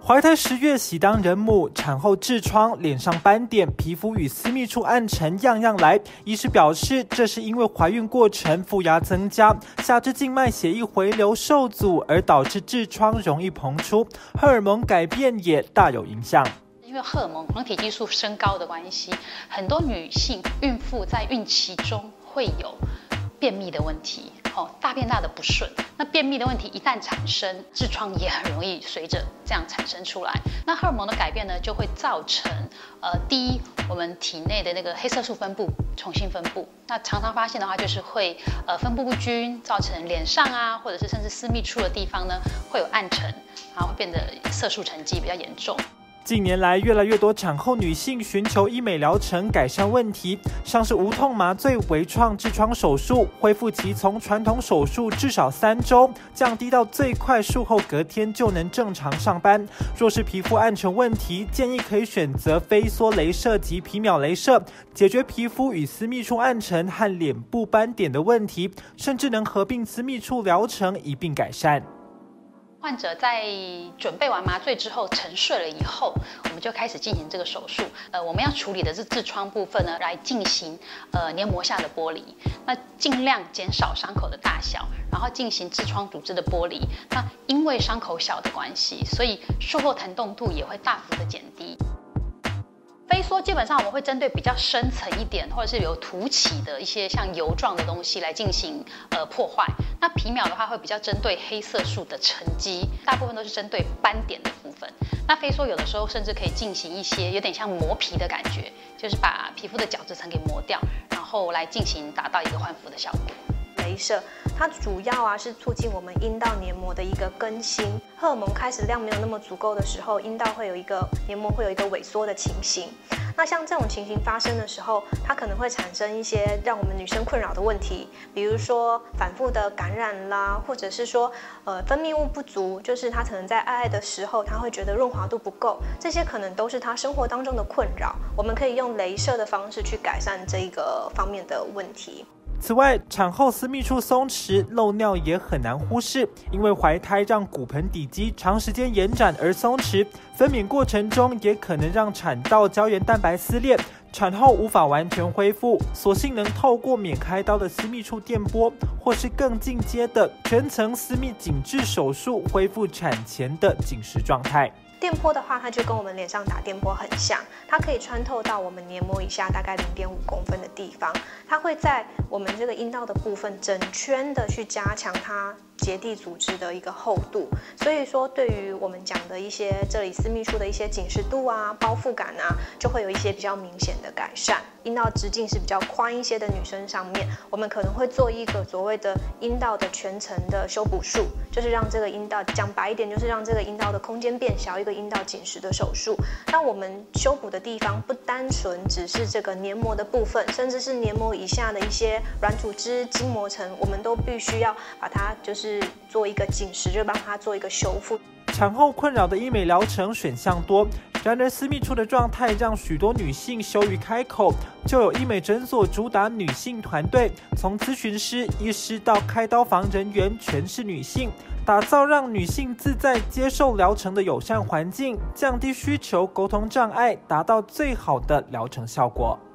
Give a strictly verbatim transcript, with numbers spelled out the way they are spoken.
怀胎十月喜当人母，产后痔疮、脸上斑点、皮肤与私密处暗沉样样来。医师表示，这是因为怀孕过程负压增加，下肢静脉血液回流受阻，而导致痔疮容易膨出，荷尔蒙改变也大有影响。 因为荷尔蒙黄体激素升高的关系，很多女性孕妇在孕期中会有便秘的问题，哦，大便大的不顺。那便秘的问题一旦产生，痔疮也很容易随着这样产生出来。那荷尔蒙的改变呢，就会造成呃，第一，我们体内的那个黑色素分布重新分布。那常常发现的话，就是会呃分布不均，造成脸上啊，或者是甚至私密处的地方呢，会有暗沉，然后会变得色素沉积比较严重。 近年来，越来越多产后女性寻求医美疗程改善问题，像是无痛麻醉微创痔疮手术，恢复期从传统手术至少三周，降低到最快术后隔天就能正常上班。若是皮肤暗沉问题，建议可以选择飞梭雷射及皮秒雷射，解决皮肤与私密处暗沉和脸部斑点的问题，甚至能合并私密处疗程一并改善。 患者在准备完麻醉之后沉睡了以后，我们就开始进行这个手术。呃，我们要处理的是痔疮部分呢，来进行呃黏膜下的剥离，那尽量减少伤口的大小，然后进行痔疮组织的剥离。那因为伤口小的关系，所以术后疼痛度也会大幅的减低。飞梭基本上我们会针对比较深层一点，或者是有凸起的一些像油状的东西来进行呃破坏。那皮秒的话会比较针对黑色素的沉积，大部分都是针对斑点的部分。那飞梭有的时候甚至可以进行一些有点像磨皮的感觉，就是把皮肤的角质层给磨掉，然后来进行达到一个焕肤的效果。 雷射它主要啊是促进我们阴道黏膜的一个更新，荷尔蒙开始量没有那么足够的时候，阴道会有一个黏膜会有一个萎缩的情形。那像这种情形发生的时候，它可能会产生一些让我们女生困扰的问题，比如说反复的感染啦，或者是说呃分泌物不足，就是她可能在爱爱的时候，她会觉得润滑度不够，这些可能都是她生活当中的困扰。我们可以用雷射的方式去改善这一个方面的问题。 此外，产后私密处松弛、漏尿也很难忽视，因为怀胎让骨盆底肌长时间延展而松弛，分娩过程中也可能让产道胶原蛋白撕裂，产后无法完全恢复，所幸能透过免开刀的私密处电波，或是更进阶的全层私密紧致手术，恢复产前的紧实状态。 电波的话，它就跟我们脸上打电波很像，它可以穿透到我们黏膜以下大概零点五公分的地方，它会在我们这个阴道的部分整圈的去加强它结缔组织的一个厚度，所以说对于我们讲的一些这里私密处的一些紧实度啊、包覆感啊，就会有一些比较明显的改善。阴道直径是比较宽一些的女生上面，我们可能会做一个所谓的阴道的全程的修补术，就是让这个阴道，讲白一点，就是让这个阴道的空间变小，一个阴道紧实的手术。那我们修补的地方不单纯只是这个黏膜的部分，甚至是黏膜以下的一些软组织、筋膜层，我们都必须要把它就是做一个紧实，就帮它做一个修复。 产后困扰的医美疗程选项多，然而私密处的状态让许多女性羞于开口，就有医美诊所主打女性团队，从咨询师、医师到开刀房人员全是女性，打造让女性自在接受疗程的友善环境，降低需求沟通障碍，达到最好的疗程效果。